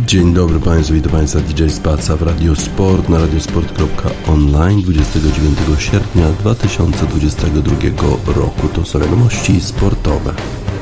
Dzień dobry Państwu, witam Państwa DJ Spaca w Radio Sport na radiosport.online 29 sierpnia 2022 roku. To są wiadomości sportowe.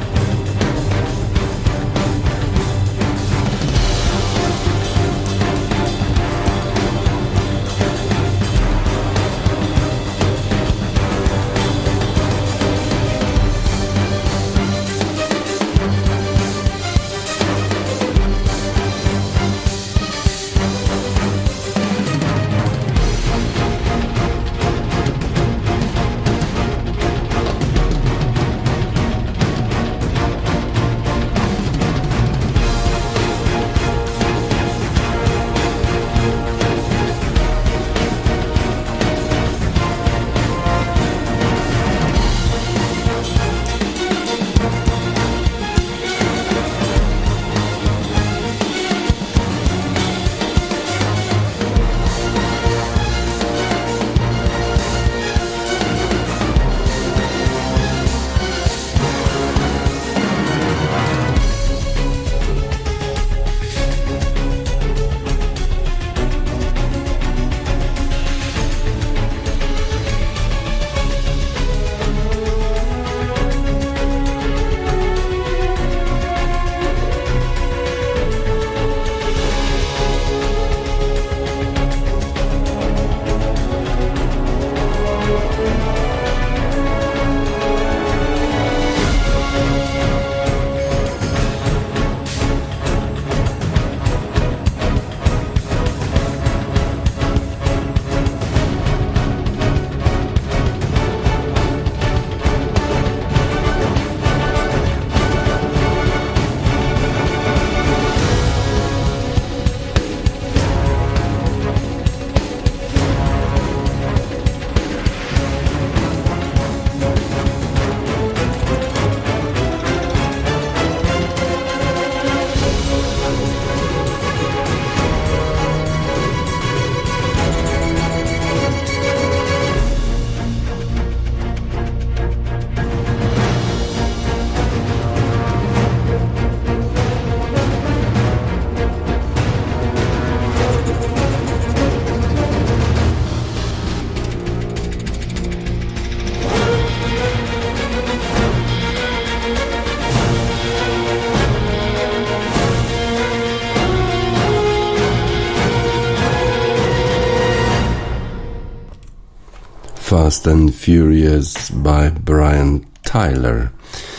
Fast and Furious by Brian Tyler.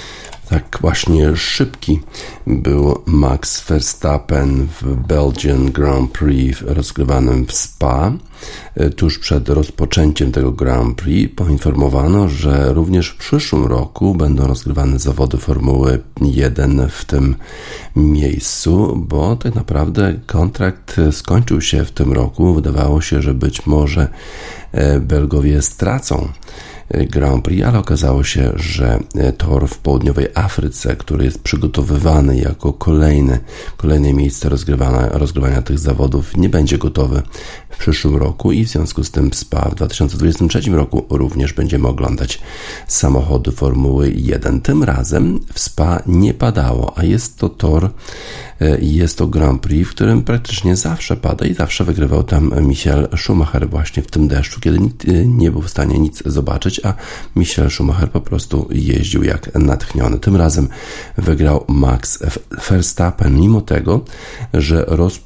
Tak właśnie szybki był Max Verstappen w Belgian Grand Prix rozgrywanym w Spa. Tuż przed rozpoczęciem tego Grand Prix poinformowano, że również w przyszłym roku będą rozgrywane zawody Formuły 1 w tym miejscu, bo tak naprawdę kontrakt skończył się w tym roku. Wydawało się, że być może Belgowie stracą Grand Prix, ale okazało się, że tor w południowej Afryce, który jest przygotowywany jako kolejne miejsce rozgrywania tych zawodów, nie będzie gotowy w przyszłym roku i w związku z tym Spa w 2023 roku również będziemy oglądać samochody Formuły 1. Tym razem w Spa nie padało, a jest to tor, jest to Grand Prix, w którym praktycznie zawsze pada i zawsze wygrywał tam Michael Schumacher właśnie w tym deszczu, kiedy nikt nie był w stanie nic zobaczyć, a Michael Schumacher po prostu jeździł jak natchniony. Tym razem wygrał Max Verstappen, mimo tego, że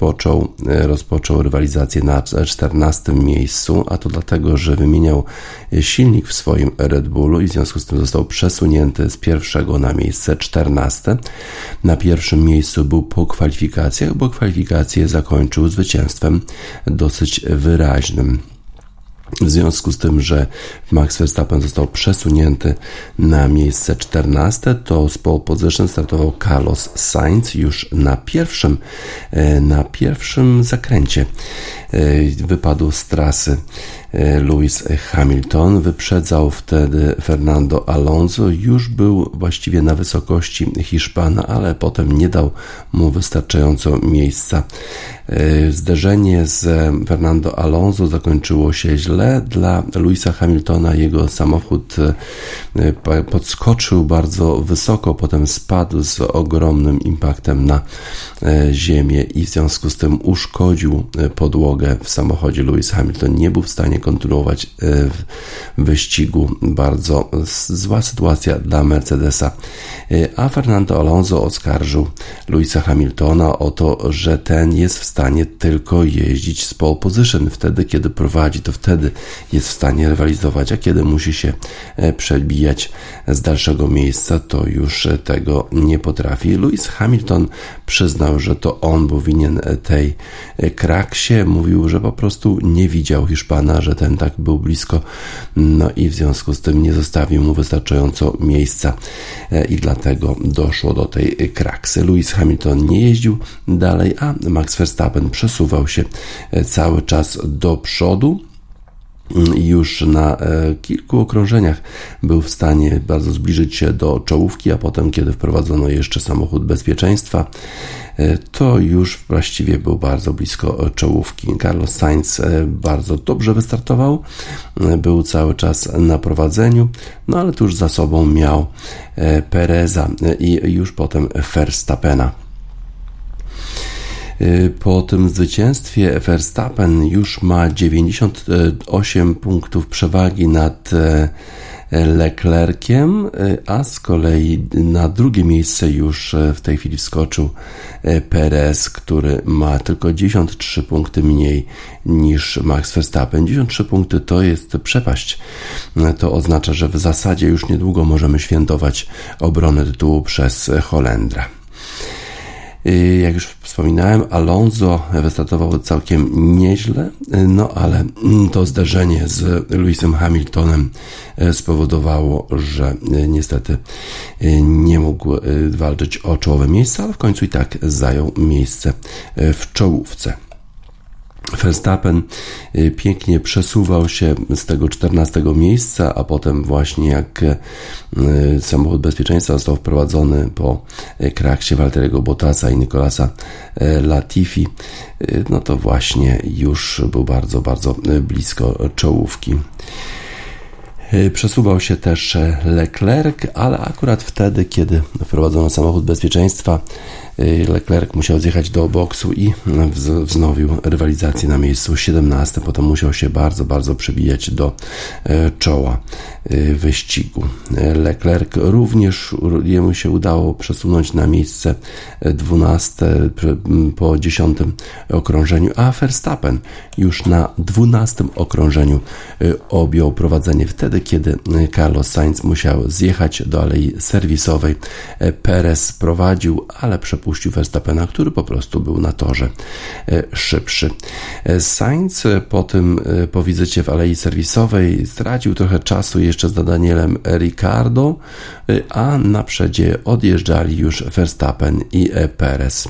rozpoczął rywalizację na 14. miejscu, a to dlatego, że wymieniał silnik w swoim Red Bullu i w związku z tym został przesunięty z pierwszego na miejsce 14. Na pierwszym miejscu był po kwalifikacjach, bo kwalifikacje zakończył zwycięstwem dosyć wyraźnym. W związku z tym, że Max Verstappen został przesunięty na miejsce 14, to z pole position startował Carlos Sainz już na pierwszym zakręcie. Wypadł z trasy Lewis Hamilton. Wyprzedzał wtedy Fernando Alonso, już był właściwie na wysokości Hiszpana, ale potem nie dał mu wystarczająco miejsca. Zderzenie z Fernando Alonso zakończyło się źle dla Lewisa Hamiltona. Jego samochód podskoczył bardzo wysoko, potem spadł z ogromnym impaktem na ziemię i w związku z tym uszkodził podłogę w samochodzie. Lewis Hamilton nie był w stanie kontynuować wyścigu. Bardzo zła sytuacja dla Mercedesa. A Fernando Alonso oskarżył Lewisa Hamiltona o to, że ten jest w stanie tylko jeździć z pole position. Wtedy, kiedy prowadzi, to wtedy jest w stanie rywalizować, a kiedy musi się przebijać z dalszego miejsca, to już tego nie potrafi. Lewis Hamilton przyznał, że to on był winien tej kraksie. Mówił, że po prostu nie widział Hiszpana, że ten tak był blisko, no i w związku z tym nie zostawił mu wystarczająco miejsca i dlatego doszło do tej kraksy. Lewis Hamilton nie jeździł dalej, a Max Verstappen przesuwał się cały czas do przodu. Już na kilku okrążeniach był w stanie bardzo zbliżyć się do czołówki, a potem, kiedy wprowadzono jeszcze samochód bezpieczeństwa, to już właściwie był bardzo blisko czołówki. Carlos Sainz bardzo dobrze wystartował, był cały czas na prowadzeniu, no ale tuż za sobą miał Pereza i już potem Verstappena. Po tym zwycięstwie Verstappen już ma 98 punktów przewagi nad Leclerciem, a z kolei na drugie miejsce już w tej chwili wskoczył Perez, który ma tylko 93 punkty mniej niż Max Verstappen. 93 punkty to jest przepaść. To oznacza, że w zasadzie już niedługo możemy świętować obronę tytułu przez Holendra. Jak już wspominałem, Alonso wystartował całkiem nieźle, no ale to zderzenie z Lewisem Hamiltonem spowodowało, że niestety nie mógł walczyć o czołowe miejsce, ale w końcu i tak zajął miejsce w czołówce. Verstappen pięknie przesuwał się z tego 14 miejsca, a potem właśnie jak samochód bezpieczeństwa został wprowadzony po kraksie Valtteriego Bottasa i Nicolasa Latifi, no to właśnie już był bardzo, bardzo blisko czołówki. Przesuwał się też Leclerc, ale akurat wtedy, kiedy wprowadzono samochód bezpieczeństwa, Leclerc musiał zjechać do boksu i wznowił rywalizację na miejscu 17. Potem musiał się bardzo, bardzo przebijać do czoła wyścigu. Leclerc również, jemu się udało przesunąć na miejsce 12 po 10 okrążeniu, a Verstappen już na 12 okrążeniu objął prowadzenie wtedy, kiedy Carlos Sainz musiał zjechać do alei serwisowej. Perez prowadził, ale przepuścił Verstappena, który po prostu był na torze szybszy. Sainz po wizycie w alei serwisowej stracił trochę czasu jeszcze z Danielem Ricciardo, a na przedzie odjeżdżali już Verstappen i Perez.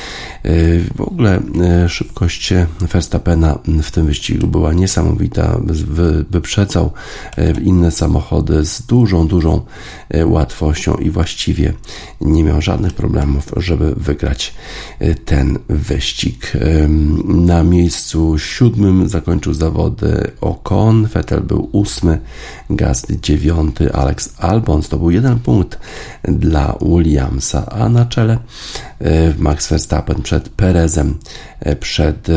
W ogóle szybkość Verstappena w tym wyścigu była niesamowita. Wyprzedzał inne samochody z dużą łatwością i właściwie nie miał żadnych problemów, żeby wygrać ten wyścig. Na miejscu 7 zakończył zawody Ocon, Vettel był 8, Gasly 9, Alex Albon zdobył 1 punkt dla Williamsa, a na czele Max Verstappen przed Perezem, przed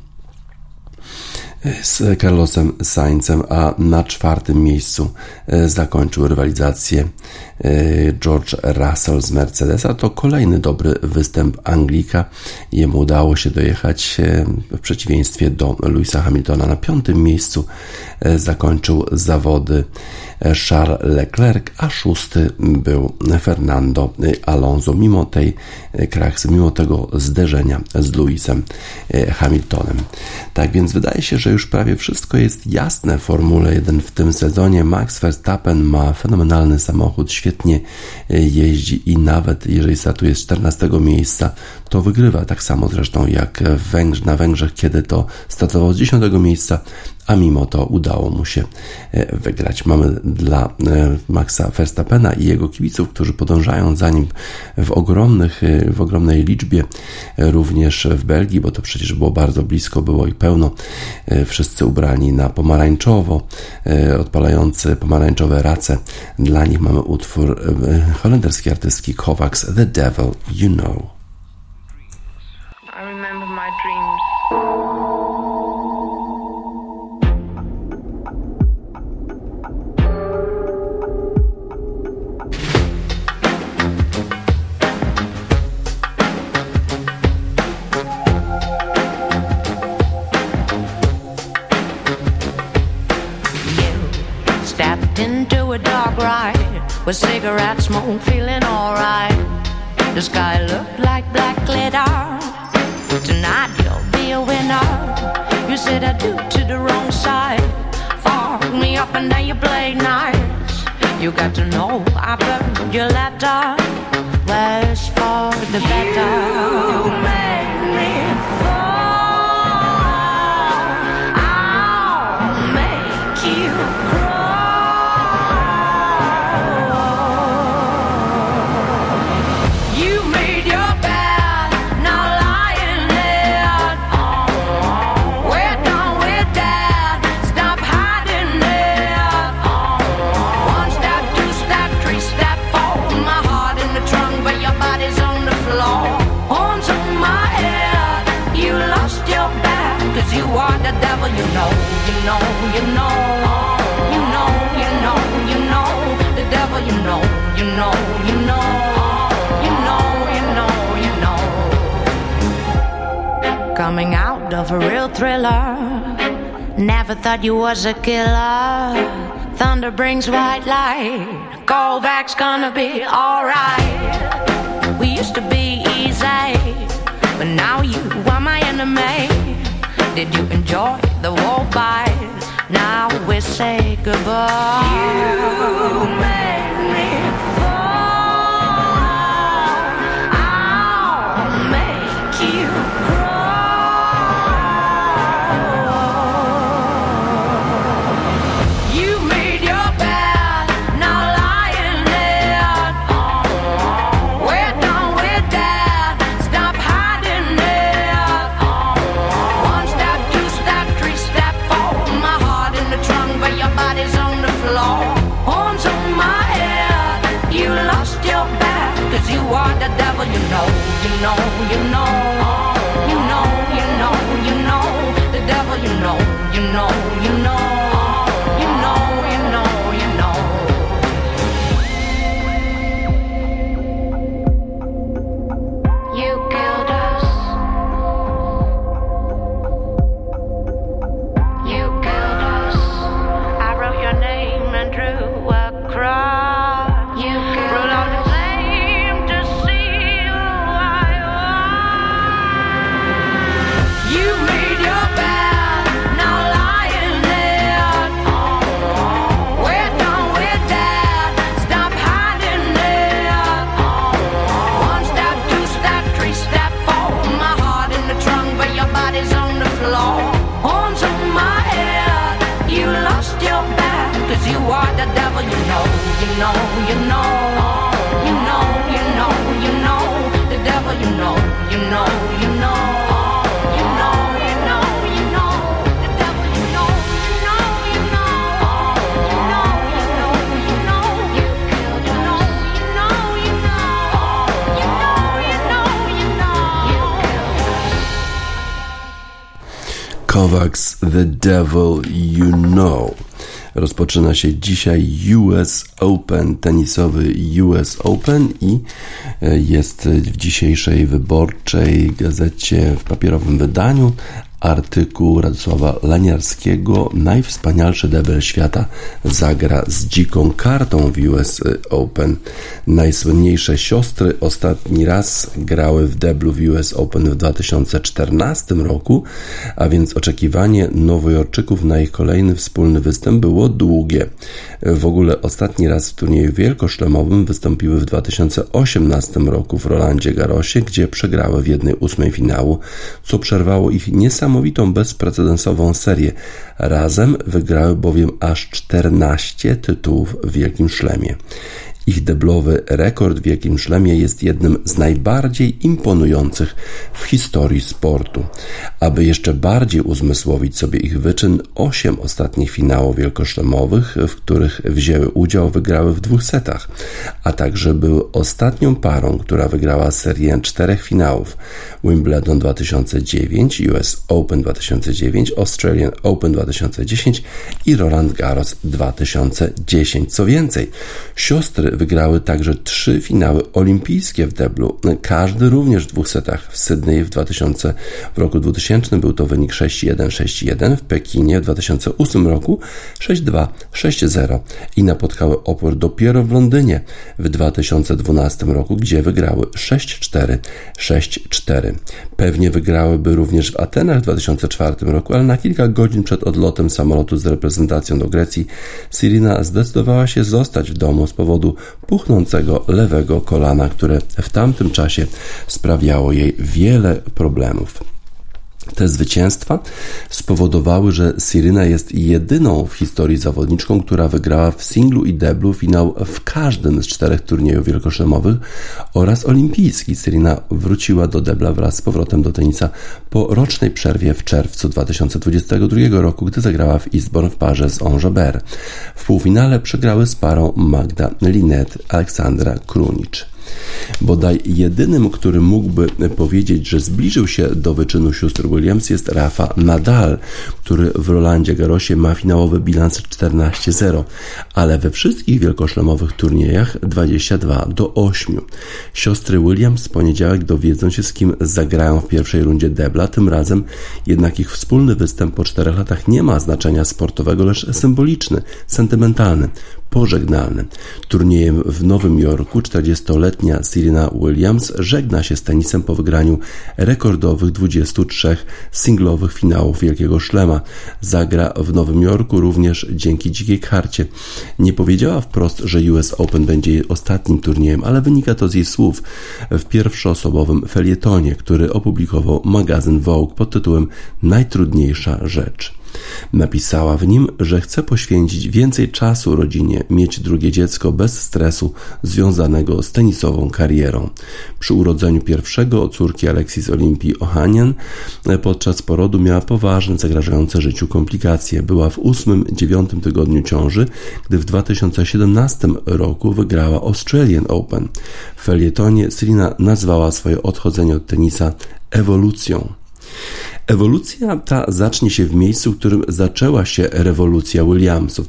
z Carlosem Sainzem, a na 4. miejscu zakończył rywalizację George Russell z Mercedesa. To kolejny dobry występ Anglika. Jemu udało się dojechać w przeciwieństwie do Lewisa Hamiltona. Na 5. miejscu zakończył zawody Charles Leclerc, a 6. był Fernando Alonso, mimo tej kraksy, mimo tego zderzenia z Lewisem Hamiltonem. Tak więc wydaje się, że już prawie wszystko jest jasne w Formule 1 w tym sezonie. Max Verstappen ma fenomenalny samochód, świetnie jeździ i nawet jeżeli startuje z 14 miejsca, to wygrywa. Tak samo zresztą jak na Węgrzech, kiedy to startował z 10 miejsca, a mimo to udało mu się wygrać. Mamy dla Maxa Verstappena i jego kibiców, którzy podążają za nim w ogromnej liczbie, również w Belgii, bo to przecież było bardzo blisko, było ich pełno, wszyscy ubrani na pomarańczowo, odpalający pomarańczowe race. Dla nich mamy utwór holenderskiej artystki Kovacs, The Devil You Know. I remember my dreams. Into a dark ride with cigarette smoke, feeling alright. The sky looked like black glitter. Tonight you'll be a winner. You said I do to the wrong side. Fuck me up and then you play nice. You got to know I burned your letter. Well, it's for the better. You made me fall. I'll make you cry. You are the devil, you know, you know, you know, you know, you know, you know, the devil, you know, you know, you know, you know, you know, you know. Coming out of a real thriller, never thought you was a killer. Thunder brings white light, Kovacs gonna be alright. We used to be easy, but now you are my enemy. Did you enjoy the war fight? Now we say goodbye. You made me fall. I'll make you cry. You made your bed, now lie in it. We're done with that. Stop hiding it. Body's on the floor, horns on my head. You lost your back, 'cause you are the devil, you know, you know, you know, you know, you know, you know, the devil, you know, you know, you know, you know, you know, you know. You killed us. You killed us. I wrote your name and drew a cross. You brought out the flame to see who I was. You made your bed, now lie in it. We're done with that. Stop hiding it. One step, two step, three step, four. My heart in the trunk, but your body's on the floor. Horns on my head. You lost your back, 'cause you are the devil, you know, you know, you know, you know, you know, you know, the devil, you know, you know, you know, you know, you know, you know, the devil, you know, you know, you know, you know, you know, you know, you killed us, you know, you know, you know, you know, you know, you killed us. Kovacs, The Devil You Know. Rozpoczyna się dzisiaj US Open, tenisowy US Open i jest w dzisiejszej wyborczej gazecie w papierowym wydaniu artykuł Radosława Laniarskiego. Najwspanialszy debel świata zagra z dziką kartą w US Open. Najsłynniejsze siostry ostatni raz grały w deblu w US Open w 2014 roku, a więc oczekiwanie Nowojorczyków na ich kolejny wspólny występ było długie. W ogóle ostatni raz w turnieju wielkoszlemowym wystąpiły w 2018 roku w Rolandzie Garrosie, gdzie przegrały w 1/8 finału, co przerwało ich niesamowitą, bezprecedensową serię. Razem wygrały bowiem aż 14 tytułów w Wielkim Szlemie. Ich deblowy rekord w Wielkim Szlemie jest jednym z najbardziej imponujących w historii sportu. Aby jeszcze bardziej uzmysłowić sobie ich wyczyn, 8 ostatnich finałów wielkoszlemowych, w których wzięły udział, wygrały w 2 setach, a także były ostatnią parą, która wygrała serię 4 finałów: Wimbledon 2009, US Open 2009, Australian Open 2010 i Roland Garros 2010. Co więcej, siostry wygrały także 3 finały olimpijskie w deblu, każdy również w 2 setach. W Sydney w roku 2000 był to wynik 6-1, 6-1, w Pekinie w 2008 roku 6-2, 6-0 i napotkały opór dopiero w Londynie w 2012 roku, gdzie wygrały 6-4, 6-4. Pewnie wygrałyby również w Atenach w 2004 roku, ale na kilka godzin przed odlotem samolotu z reprezentacją do Grecji Serena zdecydowała się zostać w domu z powodu puchnącego lewego kolana, które w tamtym czasie sprawiało jej wiele problemów. Te zwycięstwa spowodowały, że Serena jest jedyną w historii zawodniczką, która wygrała w singlu i deblu finał w każdym z 4 turniejów wielkoszlemowych oraz olimpijski. Serena wróciła do debla wraz z powrotem do tenisa po rocznej przerwie w czerwcu 2022 roku, gdy zagrała w Eastbourne w parze z Ons Jabeur. W półfinale przegrały z parą Magda Linette, Aleksandra Krunic. Bodaj jedynym, który mógłby powiedzieć, że zbliżył się do wyczynu sióstr Williams, jest Rafa Nadal, który w Rolandzie Garrosie ma finałowy bilans 14-0, ale we wszystkich wielkoszlemowych turniejach 22-8. Siostry Williams w poniedziałek dowiedzą się, z kim zagrają w pierwszej rundzie debla. Tym razem jednak ich wspólny występ po 4 latach nie ma znaczenia sportowego, lecz symboliczny, sentymentalny, pożegnalny. Turniejem w Nowym Jorku 40-letnia Serena Williams żegna się z tenisem po wygraniu rekordowych 23 singlowych finałów Wielkiego Szlema. Zagra w Nowym Jorku również dzięki dzikiej karcie. Nie powiedziała wprost, że US Open będzie jej ostatnim turniejem, ale wynika to z jej słów w pierwszoosobowym felietonie, który opublikował magazyn Vogue pod tytułem Najtrudniejsza rzecz. Napisała w nim, że chce poświęcić więcej czasu rodzinie, mieć drugie dziecko bez stresu związanego z tenisową karierą. Przy urodzeniu pierwszego córki Alexis Olimpii Ohanian podczas porodu miała poważne, zagrażające życiu komplikacje. Była w 8-9 tygodniu ciąży, gdy w 2017 roku wygrała Australian Open. W felietonie Serena nazwała swoje odchodzenie od tenisa ewolucją. Ewolucja ta zacznie się w miejscu, w którym zaczęła się rewolucja Williamsów. W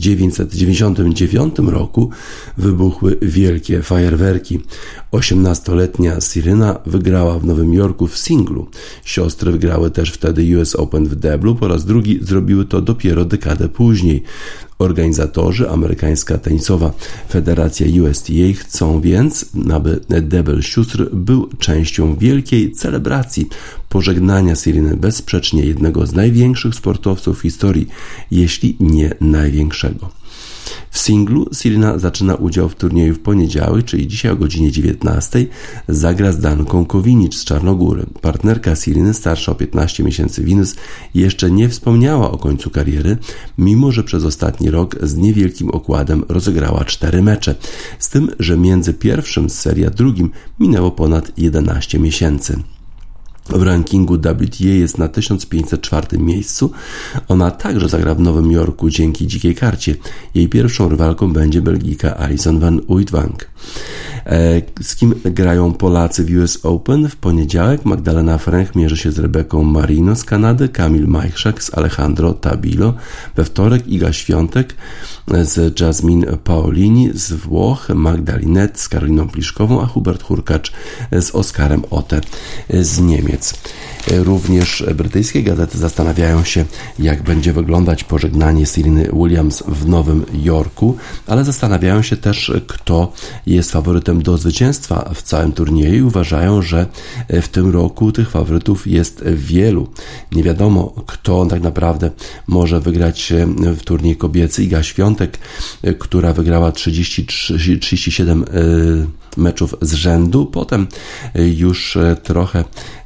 1999 roku wybuchły wielkie fajerwerki. 18-letnia Serena wygrała w Nowym Jorku w singlu. Siostry wygrały też wtedy US Open w deblu. Po raz drugi zrobiły to dopiero dekadę później. Organizatorzy, amerykańska tenisowa federacja USTA, chcą więc, aby debel sióstr był częścią wielkiej celebracji pożegnania Sereny, bezsprzecznie jednego z największych sportowców w historii, jeśli nie największego. W singlu Serena zaczyna udział w turnieju w poniedziałek, czyli dzisiaj o godzinie 19:00 zagra z Danką Kowinic z Czarnogóry. Partnerka Sereny, starsza o 15 miesięcy Venus, jeszcze nie wspomniała o końcu kariery, mimo że przez ostatni rok z niewielkim okładem rozegrała 4 mecze, z tym, że między pierwszym z serii a drugim minęło ponad 11 miesięcy. W rankingu WTA jest na 1504 miejscu. Ona także zagra w Nowym Jorku dzięki dzikiej karcie. Jej pierwszą rywalką będzie Belgijka Alison van Uytvanck. Z kim grają Polacy w US Open? W poniedziałek Magdalena Fręch mierzy się z Rebeką Marino z Kanady, Kamil Majchrzak z Alejandro Tabilo. We wtorek Iga Świątek z Jasmine Paolini z Włoch, Magda Linette z Karoliną Pliszkową, a Hubert Hurkacz z Oskarem Otte z Niemiec. koniec. Również brytyjskie gazety zastanawiają się, jak będzie wyglądać pożegnanie Sereny Williams w Nowym Jorku, ale zastanawiają się też, kto jest faworytem do zwycięstwa w całym turnieju i uważają, że w tym roku tych faworytów jest wielu. Nie wiadomo, kto tak naprawdę może wygrać w turniej kobiecy. Iga Świątek, która wygrała 37 meczów z rzędu, potem już trochę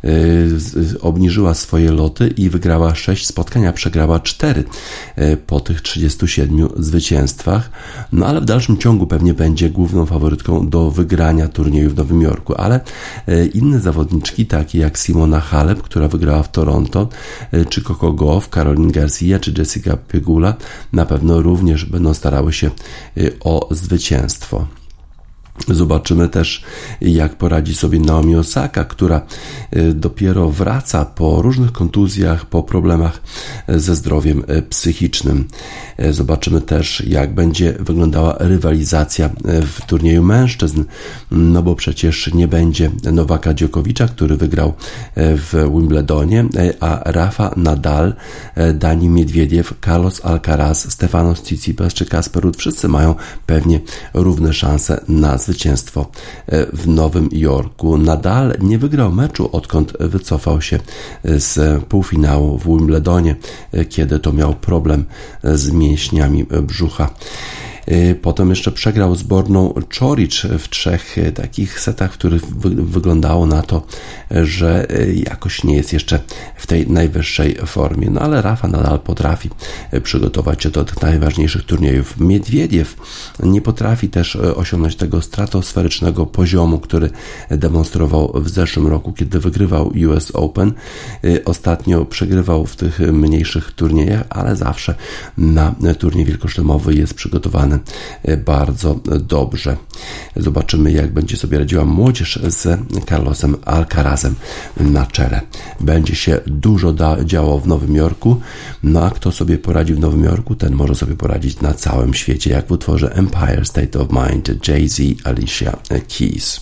obniżyła swoje loty i wygrała 6 spotkań, a przegrała 4 po tych 37 zwycięstwach. No ale w dalszym ciągu pewnie będzie główną faworytką do wygrania turnieju w Nowym Jorku, ale inne zawodniczki, takie jak Simona Halep, która wygrała w Toronto, czy Coco Gauff, Caroline Garcia, czy Jessica Pegula na pewno również będą starały się o zwycięstwo. Zobaczymy też, jak poradzi sobie Naomi Osaka, która dopiero wraca po różnych kontuzjach, po problemach ze zdrowiem psychicznym. Zobaczymy też, jak będzie wyglądała rywalizacja w turnieju mężczyzn, no bo przecież nie będzie Nowaka Djokovicza, który wygrał w Wimbledonie, a Rafa Nadal, Dani Miedwiediew, Carlos Alcaraz, Stefanos Tsitsipas czy Kasper Ruud, wszyscy mają pewnie równe szanse na zwycięstwo w Nowym Jorku. Nadal nie wygrał meczu, odkąd wycofał się z półfinału w Wimbledonie, kiedy to miał problem z mięśniami brzucha. Potem jeszcze przegrał z Borną Čorić w 3 takich setach, w których wyglądało na to, że jakoś nie jest jeszcze w tej najwyższej formie. No ale Rafa Nadal potrafi przygotować się do tych najważniejszych turniejów. Miedwiediew nie potrafi też osiągnąć tego stratosferycznego poziomu, który demonstrował w zeszłym roku, kiedy wygrywał US Open. Ostatnio przegrywał w tych mniejszych turniejach, ale zawsze na turniej wielkoszlemowy jest przygotowany bardzo dobrze. Zobaczymy, jak będzie sobie radziła młodzież z Carlosem Alcarazem na czele. Będzie się dużo działo w Nowym Jorku, no a kto sobie poradzi w Nowym Jorku, ten może sobie poradzić na całym świecie, jak w utworze Empire State of Mind Jay-Z, Alicia Keys.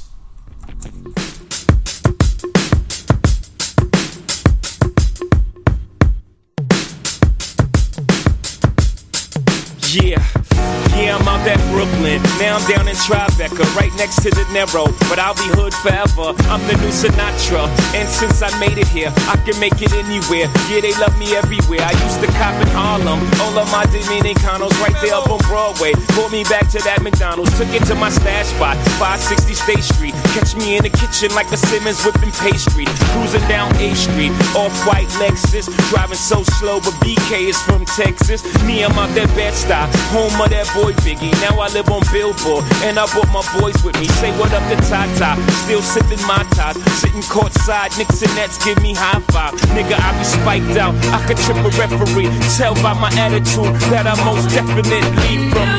Yeah, I'm out at Brooklyn. Now I'm down in Tribeca, right next to the Narrow. But I'll be hood forever. I'm the new Sinatra. And since I made it here, I can make it anywhere. Yeah, they love me everywhere. I used to cop in Harlem. All of my Dominicanos right there up on Broadway. Pulled me back to that McDonald's. Took it to my stash spot, 560 State Street. Catch me in the kitchen like a Simmons whipping pastry. Cruising down A Street, off-white Lexus. Driving so slow, but BK is from Texas. Me, I'm out that Bed-Stuy, home of that boy Biggie. Now I live on Billboard, and I brought my boys with me. Say what up to Tata, still sipping my ties. Sitting courtside, Knicks and Nets give me high five. Nigga, I be spiked out, I could trip a referee. Tell by my attitude that I most definitely from.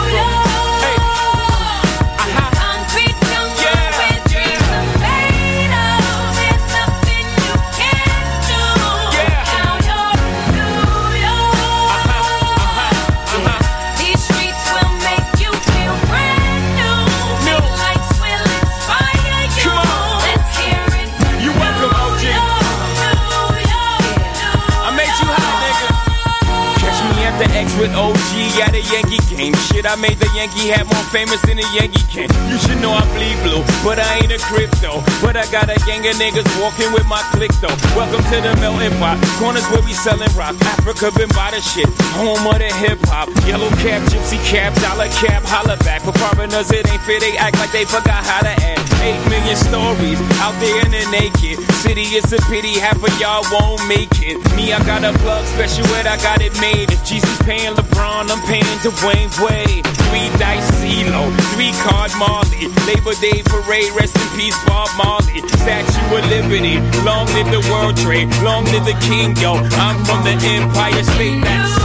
With OG at a Yankee game. Shit, I made the Yankee hat more famous than a Yankee can. You should know I bleed blue, but I ain't a crypto. But I got a gang of niggas walking with my click though. Welcome to the melting pot. Corners where we selling rock. Africa been by the shit. Home of the hip hop. Yellow cap, gypsy cap, dollar cap, holla back. For foreigners it ain't fair, they act like they forgot how to act. 8 million stories out there in the naked city. It's a pity half of y'all won't make it. Me, I got a plug special and I got it made. If Jesus paying LeBron, I'm paying Dwayne Wade. 3 dice CeeLo, 3 card Marley. Labor Day parade, rest in peace Bob Marley. Statue of Liberty, long live the World Trade, long live the King, yo. I'm from the Empire State, that's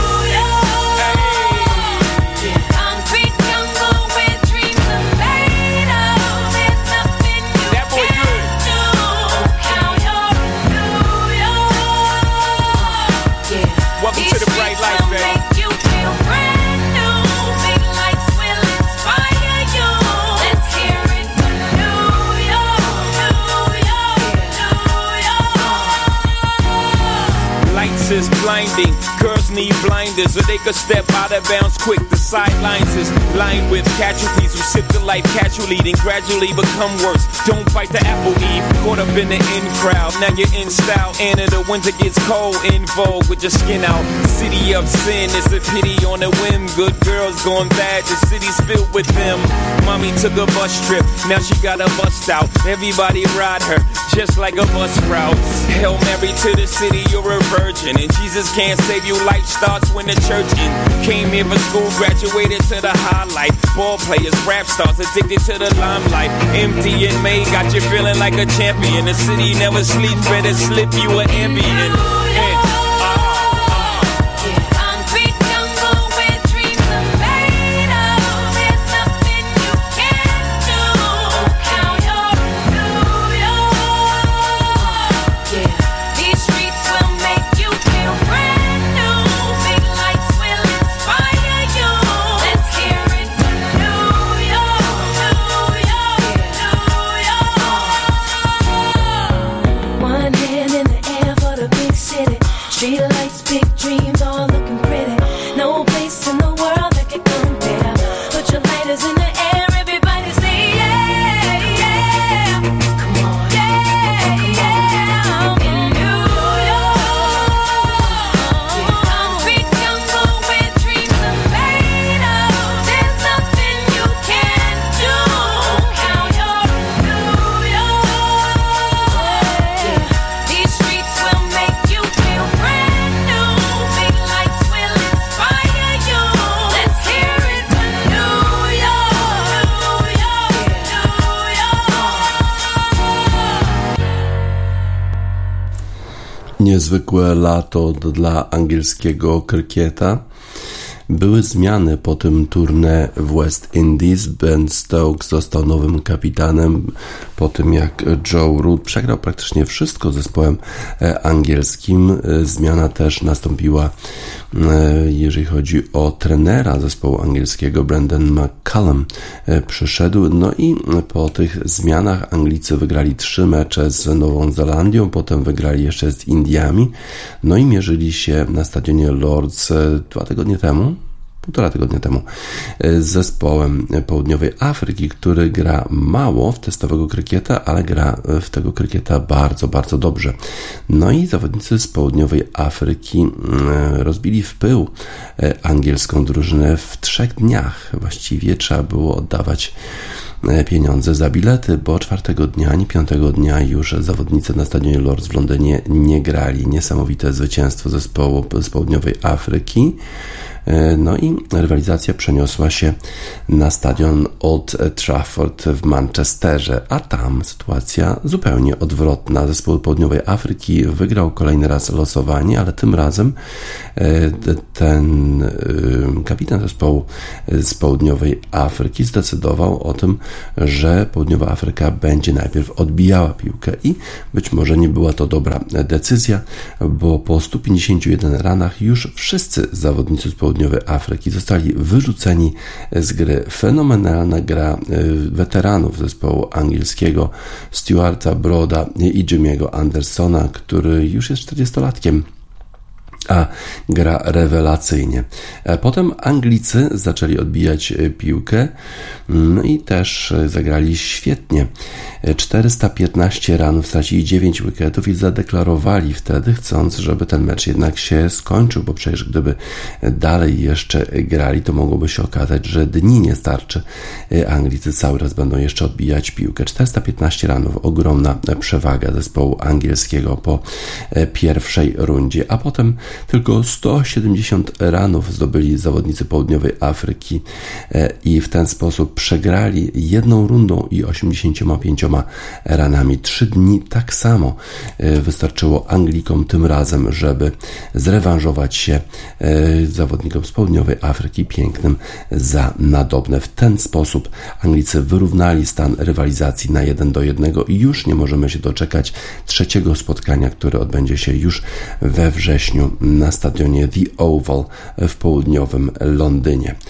blinding. Girls need blinders so they could step out of bounds quick. The sidelines is lined with casualties who sip the life casually, then gradually become worse. Don't bite the apple, Eve. Caught up in the in crowd, now you're in style. And in the winter gets cold, in vogue with your skin out. City of sin, it's a pity on a whim. Good girls gone bad, the city's filled with them. Mommy took a bus trip, now she got a bust out. Everybody ride her, just like a bus route. Hail Mary to the city, you're a virgin. And Jesus can't save you, life starts when the church in. Came here for school, graduated to the highlight. Ball players, rap stars, addicted to the limelight. Empty in May, got you feeling like a champion. The city never sleeps, better slip you an ambient. Niezwykłe lato dla angielskiego krykieta. Były zmiany po tym tournée w West Indies. Ben Stokes został nowym kapitanem po tym, jak Joe Root przegrał praktycznie wszystko z zespołem angielskim. Zmiana też nastąpiła, jeżeli chodzi o trenera zespołu angielskiego. Brendan McCullum przyszedł. No i po tych zmianach Anglicy wygrali 3 mecze z Nową Zelandią, potem wygrali jeszcze z Indiami. No i mierzyli się na stadionie Lords 2 tygodnie temu. 1,5 tygodnia temu z zespołem Południowej Afryki, który gra mało w testowego krykieta, ale gra w tego krykieta bardzo, bardzo dobrze. No i zawodnicy z Południowej Afryki rozbili w pył angielską drużynę w 3 dniach. Właściwie trzeba było oddawać pieniądze za bilety, bo 4 dnia, ani 5 dnia już zawodnicy na stadionie Lords w Londynie nie grali. Niesamowite zwycięstwo zespołu z Południowej Afryki. No i rywalizacja przeniosła się na stadion Old Trafford w Manchesterze, a tam sytuacja zupełnie odwrotna. Zespół Południowej Afryki wygrał kolejny raz losowanie, ale tym razem ten kapitan zespołu z Południowej Afryki zdecydował o tym, że Południowa Afryka będzie najpierw odbijała piłkę i być może nie była to dobra decyzja, bo po 151 ranach już wszyscy zawodnicy z Południowej Afryki zostali wyrzuceni z gry. Fenomenalna gra weteranów zespołu angielskiego Stuarta Broada i Jimmy'ego Andersona, który już jest 40-latkiem. A gra rewelacyjnie. Potem Anglicy zaczęli odbijać piłkę, no i też zagrali świetnie. 415 ran, stracili 9 wicketów i zadeklarowali wtedy, chcąc, żeby ten mecz jednak się skończył, bo przecież gdyby dalej jeszcze grali, to mogłoby się okazać, że dni nie starczy. Anglicy cały raz będą jeszcze odbijać piłkę. 415 ranów, ogromna przewaga zespołu angielskiego po pierwszej rundzie, a potem tylko 170 ranów zdobyli zawodnicy Południowej Afryki i w ten sposób przegrali 1 rundą i 85 ranami. 3 dni tak samo wystarczyło Anglikom tym razem, żeby zrewanżować się zawodnikom z Południowej Afryki pięknym za nadobne. W ten sposób Anglicy wyrównali stan rywalizacji na 1-1 i już nie możemy się doczekać trzeciego spotkania, które odbędzie się już we wrześniu na stadionie The Oval w południowym Londynie.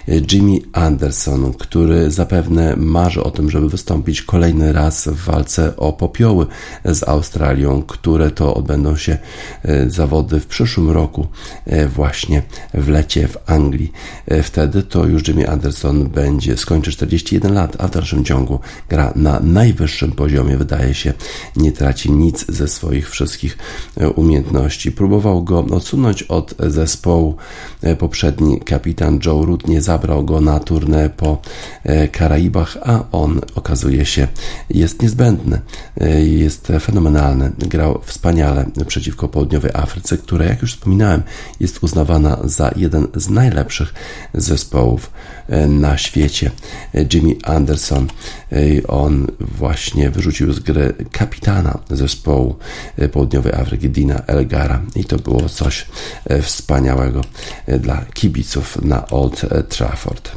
Jimmy Anderson, który zapewne marzy o tym, żeby wystąpić kolejny raz w walce o popioły z Australią, które to odbędą się zawody w przyszłym roku właśnie w lecie w Anglii. Wtedy to już Jimmy Anderson skończy 41 lat, a w dalszym ciągu gra na najwyższym poziomie. Wydaje się, nie traci nic ze swoich wszystkich umiejętności. Próbował go odsunąć od zespołu poprzedni kapitan Joe Root, nie zabrał go na turnę po Karaibach, a on okazuje się jest niezbędny, jest fenomenalny, grał wspaniale przeciwko Południowej Afryce, która, jak już wspominałem, jest uznawana za jeden z najlepszych zespołów na świecie. Jimmy Anderson, on właśnie wyrzucił z gry kapitana zespołu Południowej Afryki, Dina Elgara, i to było coś wspaniałego dla kibiców na Old Trafford.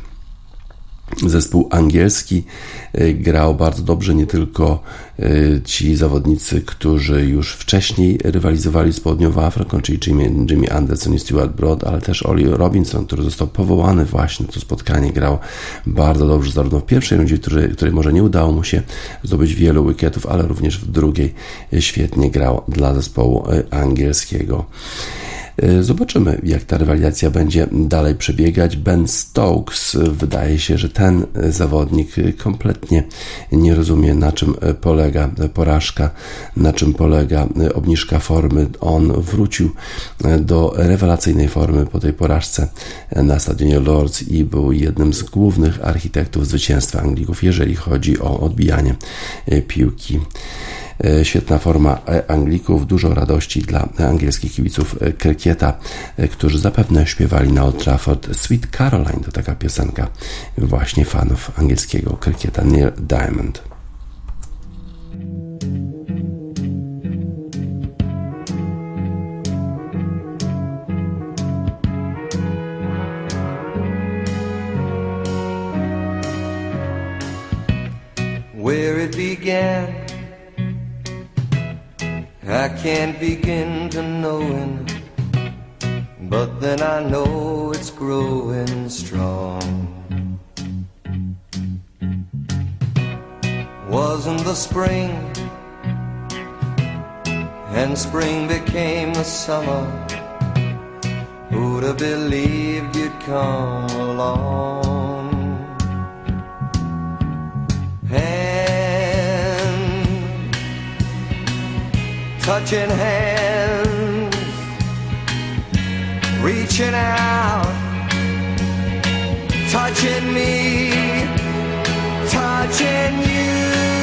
Zespół angielski grał bardzo dobrze, nie tylko ci zawodnicy, którzy już wcześniej rywalizowali z Południową Afryką, czyli Jimmy Anderson i Stuart Broad, ale też Ollie Robinson, który został powołany właśnie na to spotkanie, grał bardzo dobrze zarówno w pierwszej rundzie, której może nie udało mu się zdobyć wielu wicketów, ale również w drugiej świetnie grał dla zespołu angielskiego. Zobaczymy, jak ta rywalizacja będzie dalej przebiegać. Ben Stokes, wydaje się, że ten zawodnik kompletnie nie rozumie, na czym polega porażka, na czym polega obniżka formy. On wrócił do rewelacyjnej formy po tej porażce na stadionie Lord's i był jednym z głównych architektów zwycięstwa Anglików, jeżeli chodzi o odbijanie piłki. Świetna forma Anglików, dużo radości dla angielskich kibiców krykieta, którzy zapewne śpiewali na Old Trafford Sweet Caroline, to taka piosenka właśnie fanów angielskiego krykieta, Neil Diamond. Where it began, I can't begin to knowing, but then I know it's growing strong. Wasn't the spring, and spring became the summer. Who'd have believed you'd come along? Touching hands, reaching out, touching me, touching you.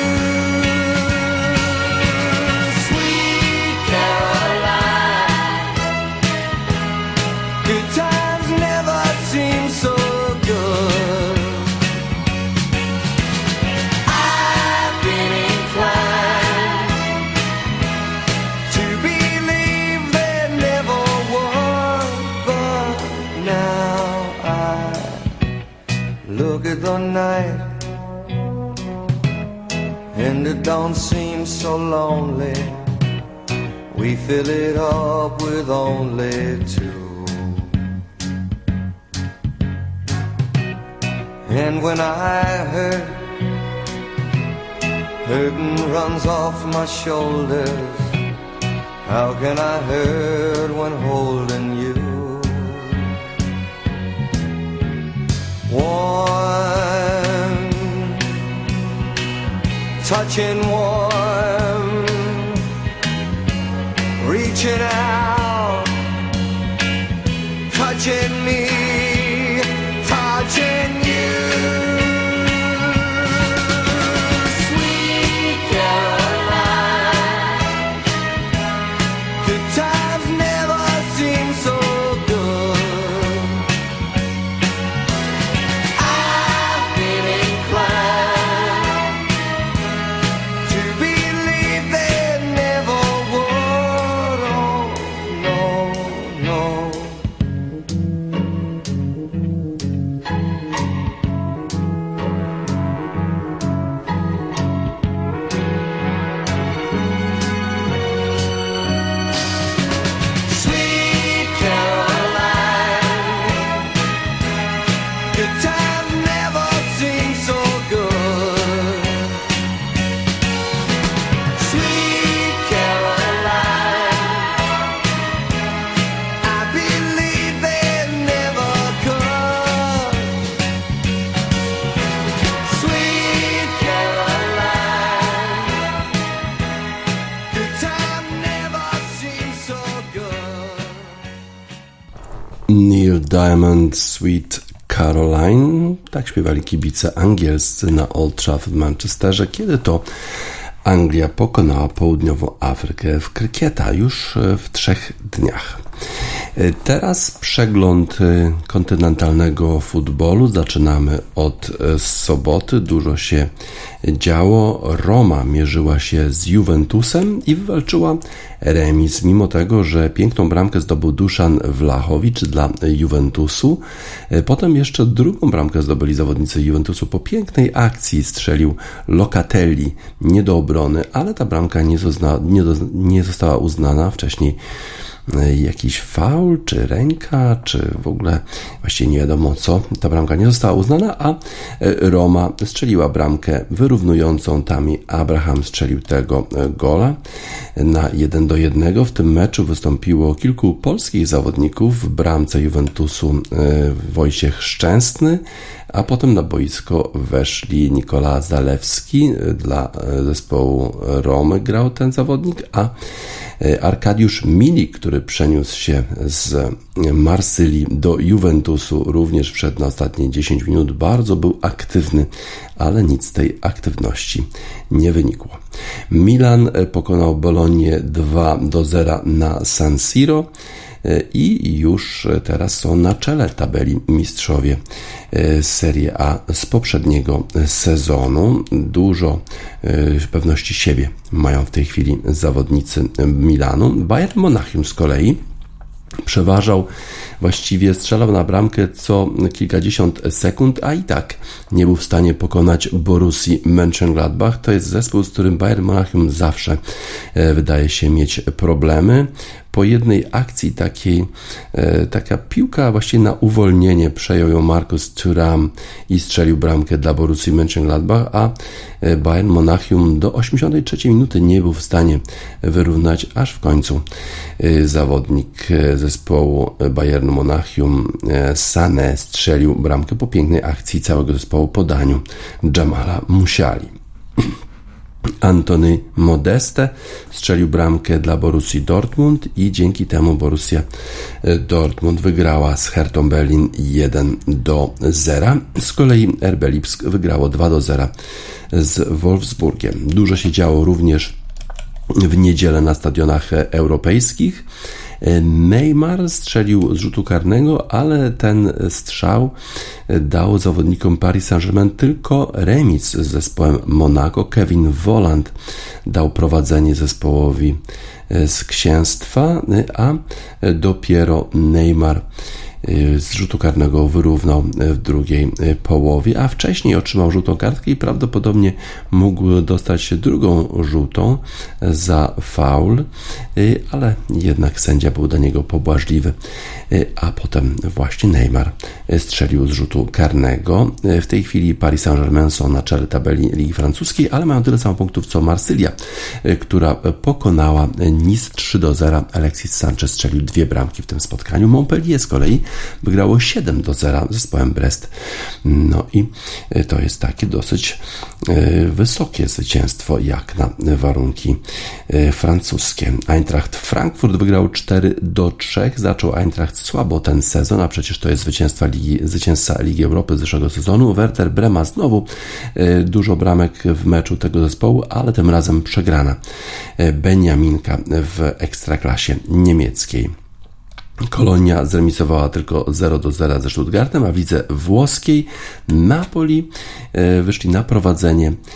Sweet Caroline, good times never seem so good. I've been inclined look at the night, and it don't seem so lonely. We fill it up with only two. And when I hurt, hurting runs off my shoulders. How can I hurt when holding you? Warm, touching warm, reaching out, touching me, touching you. Sweet Caroline, good times never seem so good. To be Good times never seem so good. Sweet Caroline, I believe they never could. Sweet Caroline, good time never seems so good. Neil Diamond, Sweet Caroline. Tak śpiewali kibice angielscy na Old Trafford w Manchesterze, kiedy to Anglia pokonała Południową Afrykę w krykieta już w 3 dniach. Teraz przegląd kontynentalnego futbolu. Zaczynamy od soboty. Dużo się działo. Roma mierzyła się z Juventusem i wywalczyła remis, mimo tego, że piękną bramkę zdobył Duszan Vlahovic dla Juventusu. Potem jeszcze drugą bramkę zdobyli zawodnicy Juventusu. Po pięknej akcji strzelił Locatelli, nie do obrony, ale ta bramka nie została uznana wcześniej. Jakiś faul, czy ręka, czy w ogóle właściwie nie wiadomo co. Ta bramka nie została uznana, a Roma strzeliła bramkę wyrównującą. Tami Abraham strzelił tego gola na 1-1. W tym meczu wystąpiło kilku polskich zawodników. W bramce Juventusu Wojciech Szczęsny, a potem na boisko weszli Nikola Zalewski. Dla zespołu Romy grał ten zawodnik, a Arkadiusz Milik, który przeniósł się z Marsylii do Juventusu, również wszedł na ostatnie 10 minut. Bardzo był aktywny, ale nic z tej aktywności nie wynikło. Milan pokonał Bolonię 2-0 na San Siro i już teraz są na czele tabeli mistrzowie Serie A z poprzedniego sezonu. Dużo pewności siebie mają w tej chwili zawodnicy Milanu. Bayern Monachium z kolei przeważał, właściwie strzelał na bramkę co kilkadziesiąt sekund, a i tak nie był w stanie pokonać Borussii Mönchengladbach. To jest zespół, z którym Bayern Monachium zawsze wydaje się mieć problemy. Po jednej akcji taka piłka właściwie na uwolnienie przejął ją Markus Thuram i strzelił bramkę dla Borussii Mönchengladbach, a Bayern Monachium do 83 minuty nie był w stanie wyrównać, aż w końcu zawodnik zespołu Bayernu Monachium Sané strzelił bramkę po pięknej akcji całego zespołu podaniu Jamala Musiali. Antony Modeste strzelił bramkę dla Borussii Dortmund i dzięki temu Borussia Dortmund wygrała z Hertą Berlin 1-0. Z kolei RB Lipsk wygrało 2-0 z Wolfsburgiem. Dużo się działo również w niedzielę na stadionach europejskich. Neymar strzelił z rzutu karnego, ale ten strzał dał zawodnikom Paris Saint-Germain tylko remis z zespołem Monaco. Kevin Volland dał prowadzenie zespołowi z Księstwa, a dopiero Neymar z rzutu karnego wyrównał w drugiej połowie, a wcześniej otrzymał żółtą kartkę i prawdopodobnie mógł dostać drugą żółtą za faul, ale jednak sędzia był dla niego pobłażliwy, a potem właśnie Neymar strzelił z rzutu karnego. W tej chwili Paris Saint-Germain są na czele tabeli Ligi Francuskiej, ale mają tyle samo punktów co Marsylia, która pokonała Nice 3-0. Alexis Sanchez strzelił 2 bramki w tym spotkaniu. Montpellier z kolei wygrało 7-0 z zespołem Brest. No i to jest takie dosyć wysokie zwycięstwo jak na warunki francuskie. Eintracht Frankfurt wygrał 4-3. Zaczął Eintracht słabo ten sezon, a przecież to jest zwycięzca Ligi Europy z zeszłego sezonu. Werder Brema znowu dużo bramek w meczu tego zespołu, ale tym razem przegrana Beniaminka w ekstraklasie niemieckiej. Kolonia zremisowała tylko 0-0 ze Stuttgartem, a w lidze włoskiej Napoli wyszli na prowadzenie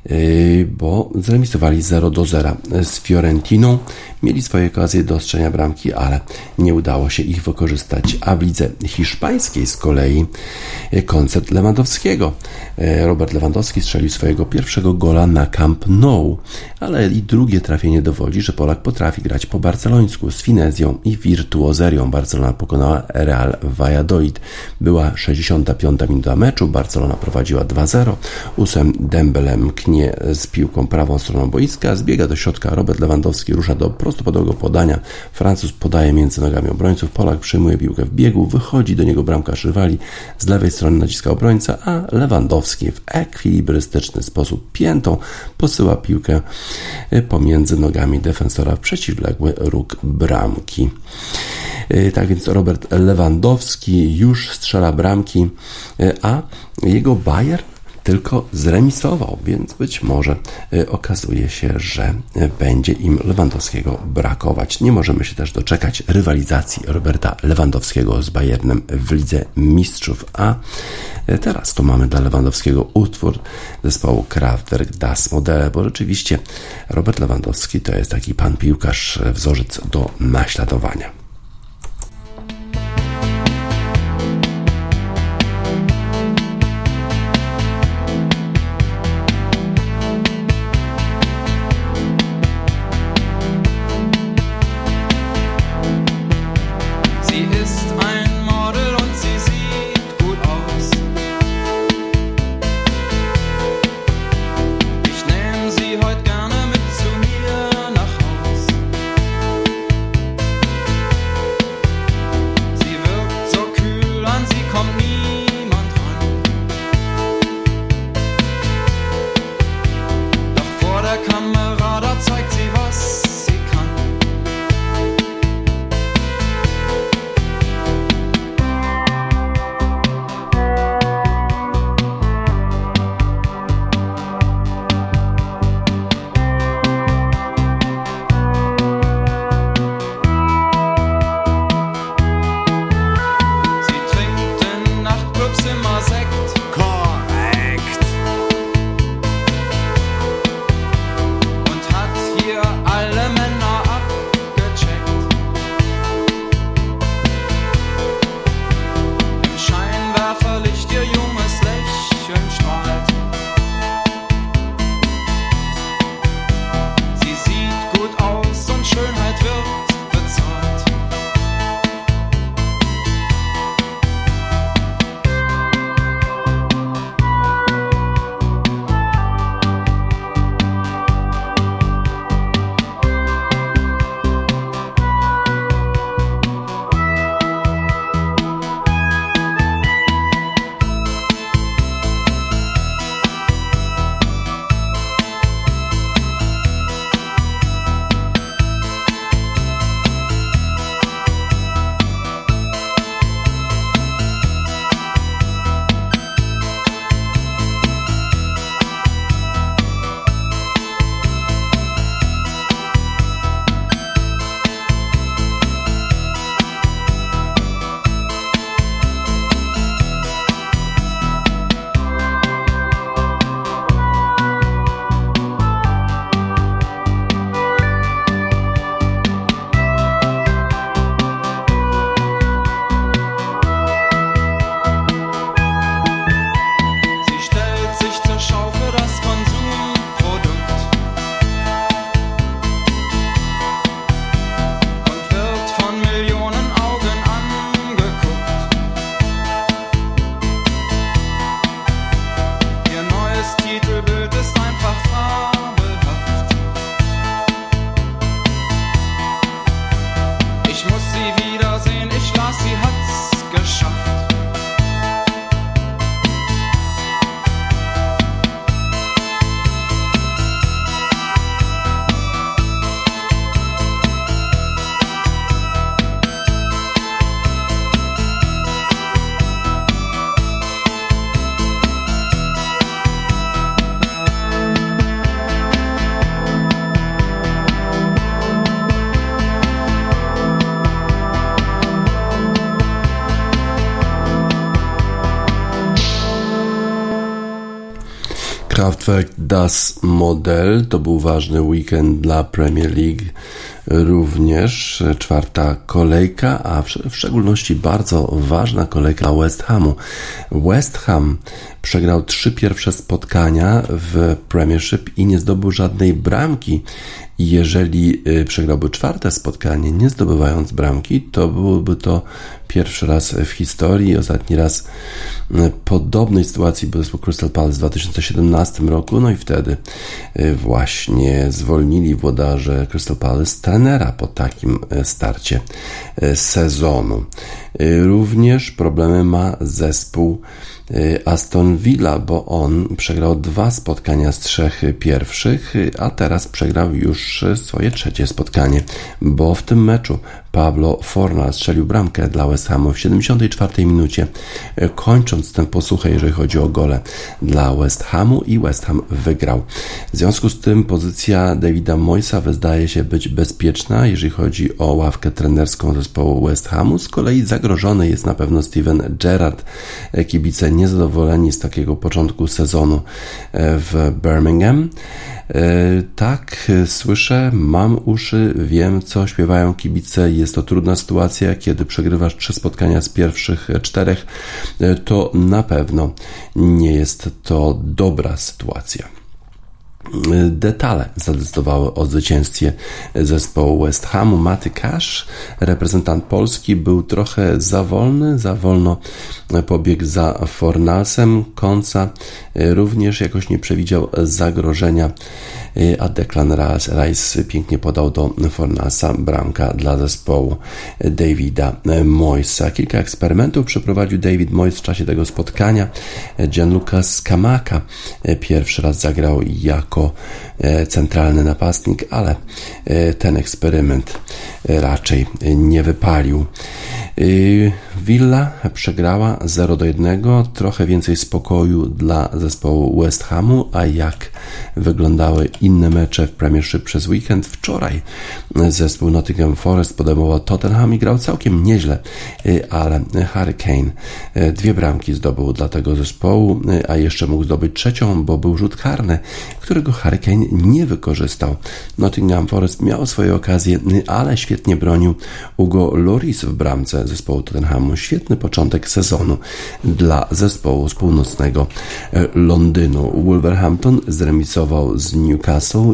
bo zremisowali 0-0 z Fiorentiną. Mieli swoje okazje do strzelenia bramki, ale nie udało się ich wykorzystać. A w lidze hiszpańskiej z kolei koncert Lewandowskiego. Robert Lewandowski strzelił swojego pierwszego gola na Camp Nou, ale i drugie trafienie dowodzi, że Polak potrafi grać po barcelońsku z finezją i wirtuozerią. Barcelona pokonała Real Valladolid. Była 65. minuta meczu, Barcelona prowadziła 2-0. Usem Dembele mknie z piłką prawą stroną boiska, zbiega do środka, Robert Lewandowski rusza do prostopadłego podania, Francuz podaje między nogami obrońców, Polak przyjmuje piłkę w biegu, wychodzi do niego bramkarz rywali, z lewej strony naciska obrońca, a Lewandowski w ekwilibrystyczny sposób piętą posyła piłkę pomiędzy nogami defensora w przeciwległy róg bramki. Tak więc Robert Lewandowski już strzela bramki, a jego Bayern tylko zremisował, więc być może okazuje się, że będzie im Lewandowskiego brakować. Nie możemy się też doczekać rywalizacji Roberta Lewandowskiego z Bayernem w Lidze Mistrzów, a teraz to mamy dla Lewandowskiego utwór zespołu Kraftwerk Das Modelle, bo rzeczywiście Robert Lewandowski to jest taki pan piłkarz, wzorzec do naśladowania. Heute gerne mit zu mir nach Haus. Kraftwerk Das Modell to był ważny weekend dla Premier League, również czwarta kolejka, a w szczególności bardzo ważna kolejka West Hamu. West Ham przegrał 3 pierwsze spotkania w Premiership i nie zdobył żadnej bramki. Jeżeli przegrałby 4. spotkanie, nie zdobywając bramki, to byłoby to pierwszy raz w historii. Ostatni raz podobnej sytuacji był zespół Crystal Palace w 2017 roku, no i wtedy właśnie zwolnili włodarze Crystal Palace trenera po takim starcie sezonu. Również problemy ma zespół Aston Villa, bo on przegrał 2 spotkania z 3 pierwszych, a teraz przegrał już swoje 3. spotkanie, bo w tym meczu Pablo Fornal strzelił bramkę dla West Hamu w 74 minucie, kończąc tę posłuchę, jeżeli chodzi o gole dla West Hamu, i West Ham wygrał. W związku z tym pozycja Davida Moyesa wydaje się być bezpieczna, jeżeli chodzi o ławkę trenerską zespołu West Hamu. Z kolei zagrożony jest na pewno Steven Gerrard. Kibice niezadowoleni z takiego początku sezonu w Birmingham. Tak, słyszę, mam uszy, wiem, co śpiewają kibice. Jest to trudna sytuacja, kiedy przegrywasz 3 spotkania z pierwszych 4, to na pewno nie jest to dobra sytuacja. Detale zadecydowały o zwycięstwie zespołu West Hamu. Maty Cash, reprezentant Polski, był trochę za wolno pobiegł za Fornalsem. Konca również jakoś nie przewidział zagrożenia, a Declan Rice pięknie podał do Fornalsa. Bramka dla zespołu Davida Moyesa. Kilka eksperymentów przeprowadził David Moyes w czasie tego spotkania. Gianluca Scamacca pierwszy raz zagrał jako centralny napastnik, ale ten eksperyment raczej nie wypalił. Villa przegrała 0-1, trochę więcej spokoju dla zespołu West Hamu. A jak wyglądały inne mecze w Premiership przez weekend? Wczoraj zespół Nottingham Forest podejmował Tottenham i grał całkiem nieźle, ale Harry Kane 2 bramki zdobył dla tego zespołu, a jeszcze mógł zdobyć 3, bo był rzut karny, którego Harry Kane nie wykorzystał. Nottingham Forest miał swoje okazje, ale świetnie bronił Hugo Lloris w bramce zespołu Tottenhamu. Świetny początek sezonu dla zespołu z północnego Londynu. Wolverhampton zremisował z Newcastle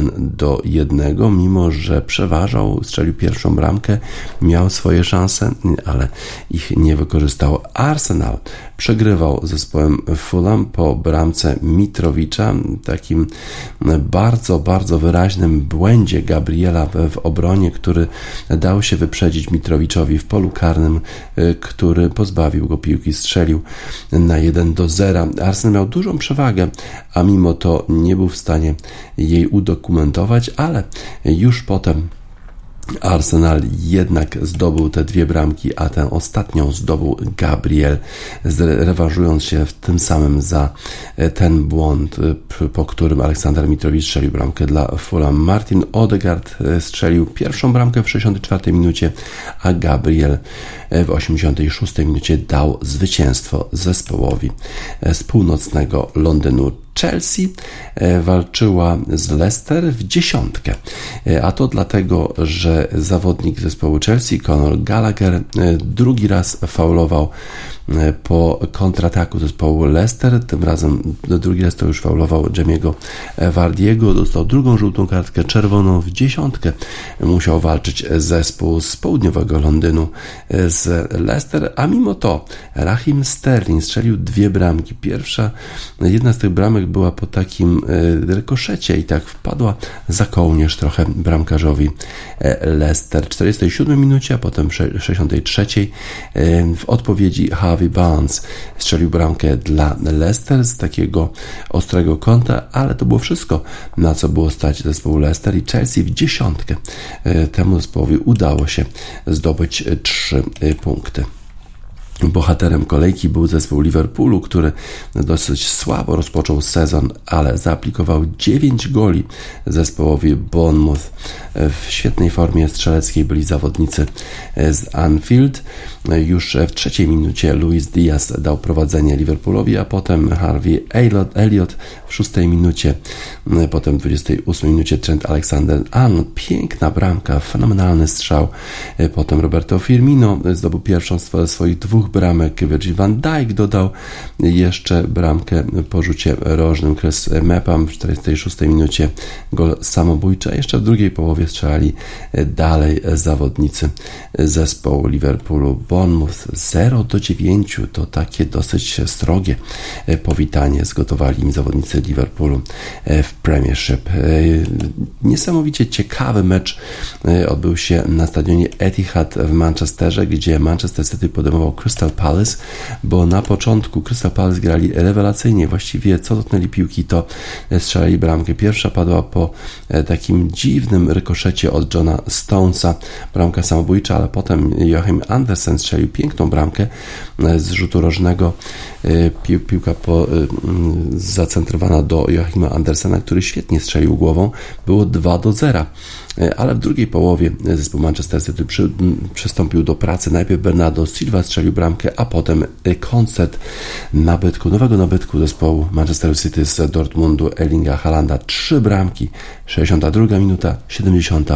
1-1, mimo że przeważał, strzelił pierwszą bramkę, miał swoje szanse, ale ich nie wykorzystał. Arsenal przegrywał z zespołem Fulham po bramce Mitrowicza, takim bardzo, bardzo wyraźnym błędzie Gabriela w obronie, który dał się wyprzedzić Mitrowiczowi w polu karnym, który pozbawił go piłki, strzelił na 1-0. Arsenal miał dużą przewagę, a mimo to nie był w stanie jej udokumentować, ale już potem Arsenal jednak zdobył te 2 bramki, a tę ostatnią zdobył Gabriel, rewanżując się w tym samym za ten błąd, po którym Aleksander Mitrowicz strzelił bramkę dla Fulham. Martin Odegaard strzelił pierwszą bramkę w 64 minucie, a Gabriel w 86 minucie dał zwycięstwo zespołowi z północnego Londynu. Chelsea walczyła z Leicester w 10, a to dlatego, że zawodnik zespołu Chelsea, Conor Gallagher, drugi raz faulował po kontrataku zespołu Leicester. Tym razem drugi raz to już faulował Jamie'ego Vardiego. Dostał drugą żółtą kartkę, czerwoną w 10. Musiał walczyć zespół z południowego Londynu z Leicester, a mimo to Raheem Sterling strzelił 2 bramki. Jedna z tych bramek była po takim rykoszecie i tak wpadła za kołnierz trochę bramkarzowi Leicester. W 47 minucie, a potem w 63 w odpowiedzi Harvey Barnes strzelił bramkę dla Leicester z takiego ostrego kąta, ale to było wszystko, na co było stać zespołu Leicester, i Chelsea w 10. Temu zespołowi udało się zdobyć 3 punkty. Bohaterem kolejki był zespół Liverpoolu, który dosyć słabo rozpoczął sezon, ale zaaplikował 9 goli zespołowi Bournemouth. W świetnej formie strzeleckiej byli zawodnicy z Anfield. Już w 3 minucie Luis Diaz dał prowadzenie Liverpoolowi, a potem Harvey Elliott w 6 minucie, potem w 28 minucie Trent Alexander-Arnold. Piękna bramka, fenomenalny strzał. Potem Roberto Firmino zdobył pierwszą z swoich 2 bramek. Virgil van Dijk dodał jeszcze bramkę po rzucie rożnym. Chris Mepham w 46 minucie gol samobójczy, a jeszcze w drugiej połowie strzelali dalej zawodnicy zespołu Liverpoolu. Bournemouth 0-9 to takie dosyć srogie powitanie zgotowali im zawodnicy Liverpoolu w Premiership. Niesamowicie ciekawy mecz odbył się na stadionie Etihad w Manchesterze, gdzie Manchester City podejmował Crystal Palace, bo na początku Crystal Palace grali rewelacyjnie, właściwie co dotknęli piłki, to strzelali bramkę. Pierwsza padła po takim dziwnym rykoszecie od Johna Stonesa, bramka samobójcza, ale potem Joachim Andersen strzelił piękną bramkę z rzutu rożnego. Piłka zacentrowana do Joachima Andersena, który świetnie strzelił głową. Było 2-0. Ale w drugiej połowie zespół Manchester City przystąpił do pracy. Najpierw Bernardo Silva strzelił bramkę, a potem koncert nowego nabytku zespołu Manchester City z Dortmundu, Erlinga Haalanda. 3 bramki, 62 minuta, 70,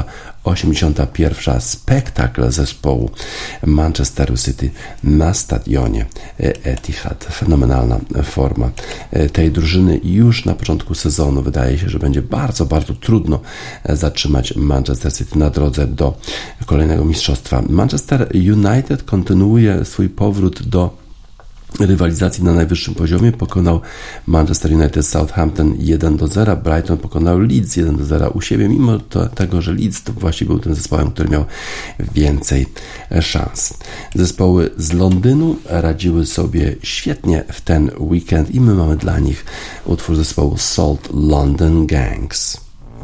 81. Spektakl zespołu Manchesteru City na stadionie Etihad. Fenomenalna forma tej drużyny i już na początku sezonu wydaje się, że będzie bardzo, bardzo trudno zatrzymać Manchester City na drodze do kolejnego mistrzostwa. Manchester United kontynuuje swój powrót do rywalizacji na najwyższym poziomie. Pokonał Manchester United Southampton 1-0, Brighton pokonał Leeds 1-0 u siebie, mimo tego, że Leeds to właśnie był tym zespołem, który miał więcej szans. Zespoły z Londynu radziły sobie świetnie w ten weekend i my mamy dla nich utwór zespołu Salt London Gangs.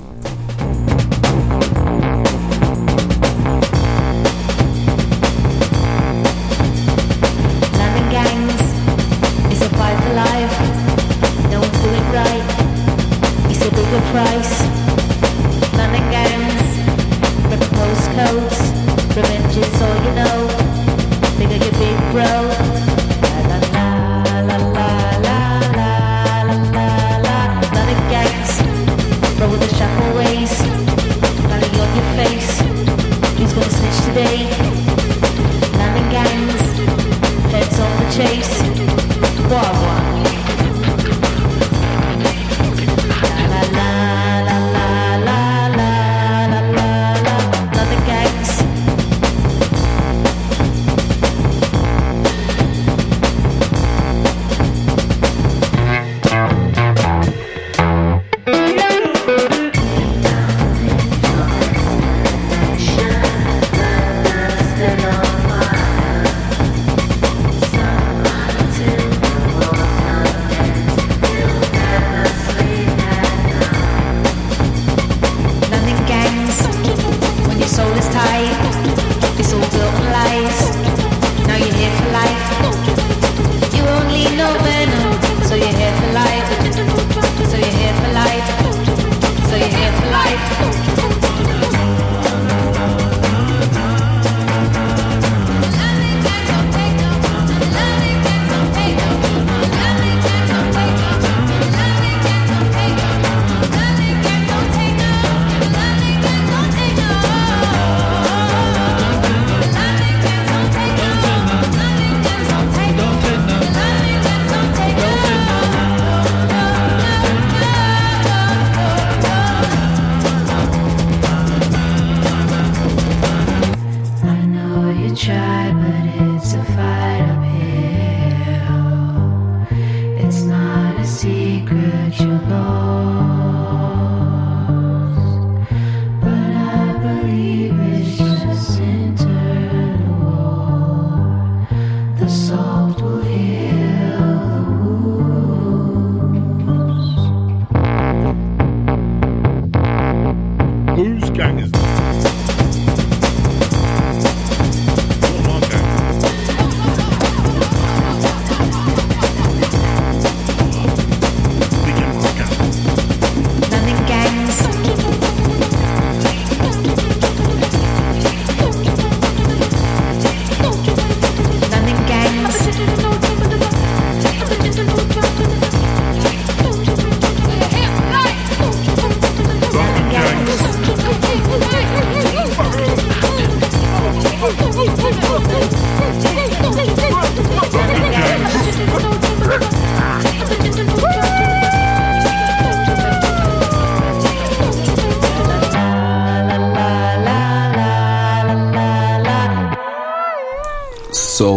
Price, London gangs, rip postcodes, revenge is all you know. Think of your big bro. La la la la la la la la la. London gangs, roll with the shuffle ways, money on your face. Who's gonna snitch today? London gangs, feds on the chase. Wah.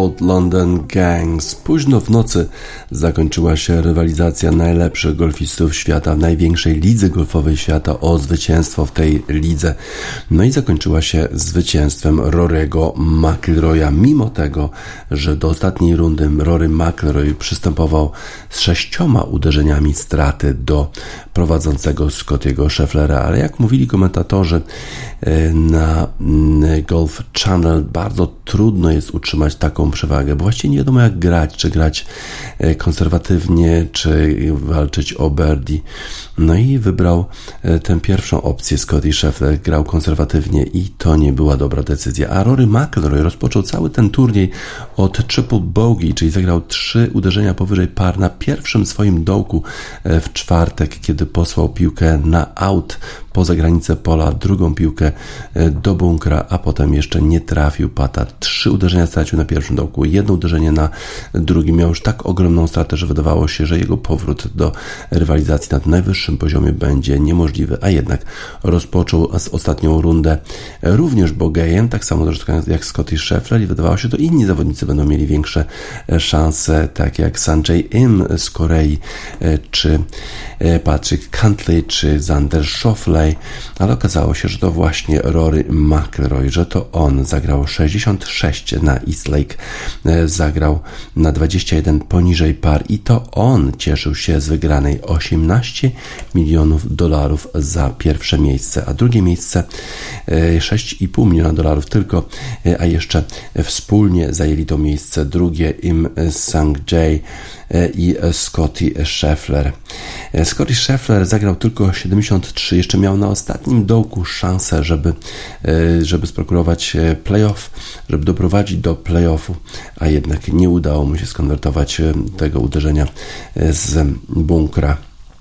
Old London Gangs. Późno w nocy zakończyła się rywalizacja najlepszych golfistów świata w największej lidze golfowej świata o zwycięstwo w tej lidze. No i zakończyła się zwycięstwem Rory'ego McIlroya, mimo tego, że do ostatniej rundy Rory McIlroy przystępował z 6 uderzeniami straty do prowadzącego Scottiego Schefflera, ale jak mówili komentatorzy na Golf Channel, bardzo trudno jest utrzymać taką przewagę, bo właściwie nie wiadomo jak grać, czy grać konserwatywnie, czy walczyć o birdie. No i wybrał tę pierwszą opcję. Scottie Scheffler grał konserwatywnie i to nie była dobra decyzja. A Rory McIlroy rozpoczął cały ten turniej od triple bogey, czyli zagrał 3 uderzenia powyżej par na pierwszym swoim dołku w czwartek, kiedy posłał piłkę na out poza granicę pola, drugą piłkę do bunkra, a potem jeszcze nie trafił pata. 3 uderzenia stracił na pierwszym dołku, 1 uderzenie na drugim. Miał już tak ogromną stratę, że wydawało się, że jego powrót do rywalizacji na najwyższym poziomie będzie niemożliwy, a jednak rozpoczął ostatnią rundę również bogeyem, tak samo jak Scottie Scheffler, i wydawało się, że to inni zawodnicy będą mieli większe szanse, tak jak Sanjay Im z Korei, czy Patrick Cantley, czy Xander Schauffele, ale okazało się, że to właśnie Rory McIlroy, że to on zagrał 66 na East Lake, zagrał na 21 poniżej par i to on cieszył się z wygranej $18 milionów za pierwsze miejsce, a drugie miejsce $6,5 miliona tylko, a jeszcze wspólnie zajęli to miejsce drugie Im Sang-jae i Scottie Scheffler. Scottie Scheffler zagrał tylko 73, jeszcze miał na ostatnim dołku szansę, żeby sprokurować playoff, żeby doprowadzić do playoffu, a jednak nie udało mu się skonwertować tego uderzenia z bunkra.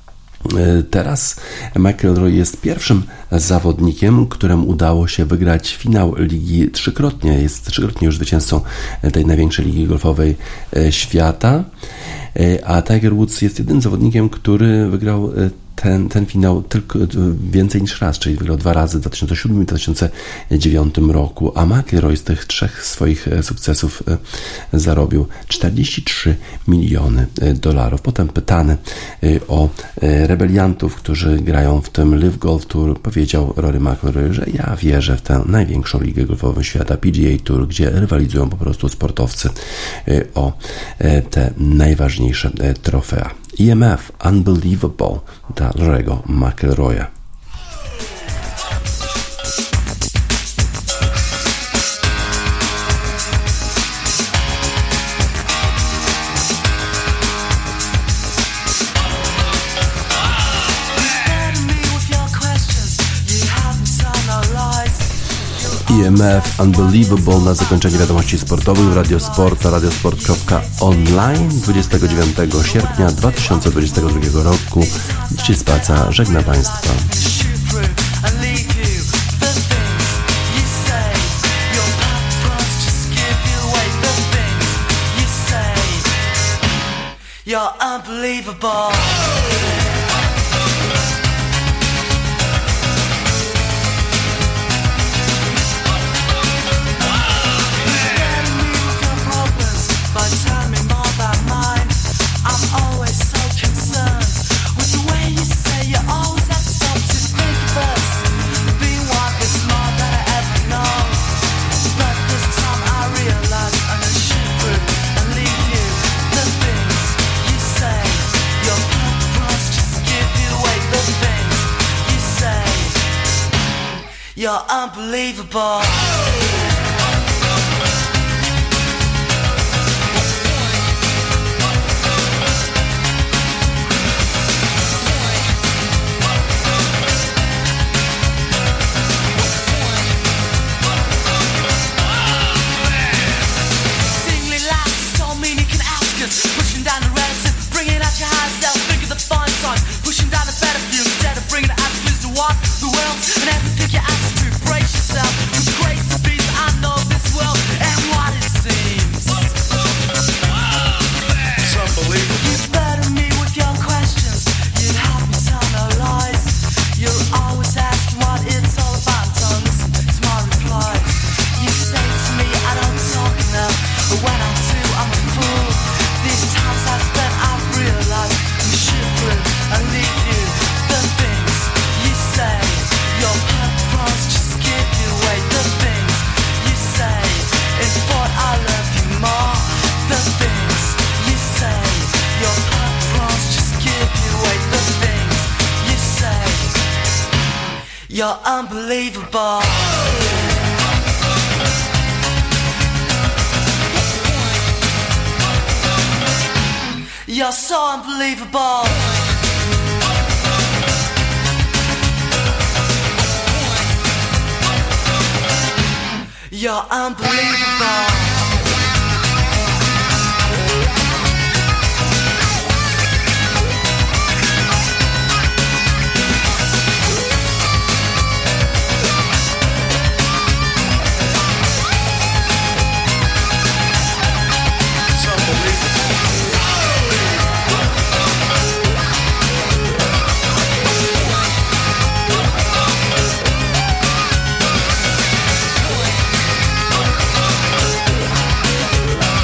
Teraz McIlroy jest pierwszym zawodnikiem, któremu udało się wygrać finał ligi trzykrotnie. Jest trzykrotnie już zwycięzcą tej największej ligi golfowej świata, a Tiger Woods jest jedynym zawodnikiem, który wygrał ten finał tylko więcej niż raz, czyli wygrał 2 razy w 2007 i 2009 roku, a McIlroy z tych 3 swoich sukcesów zarobił $43 miliony. Potem pytany o rebeliantów, którzy grają w tym Live Golf Tour, powiedział Rory McIlroy, że ja wierzę w tę największą ligę golfową świata, PGA Tour, gdzie rywalizują po prostu sportowcy o te najważniejsze trofea. EMF Unbelievable dla Rory'ego McIlroya. EMF Unbelievable na zakończenie wiadomości sportowych w Radio Sport na radiosport.online 29 sierpnia 2022 roku. Dzisiaj Spaca żegna Państwa. You're unbelievable. You're unbelievable. Singly laughs, so mean you can ask us. Pushing down the reds and bringing out your high self. Think of the fun time. Pushing down the battlefield instead of bringing the attitudes to walk the world and everything you ask to brace yourself. With grace to be You're unbelievable. You're so unbelievable. You're unbelievable.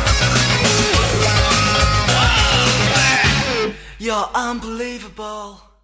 You're unbelievable.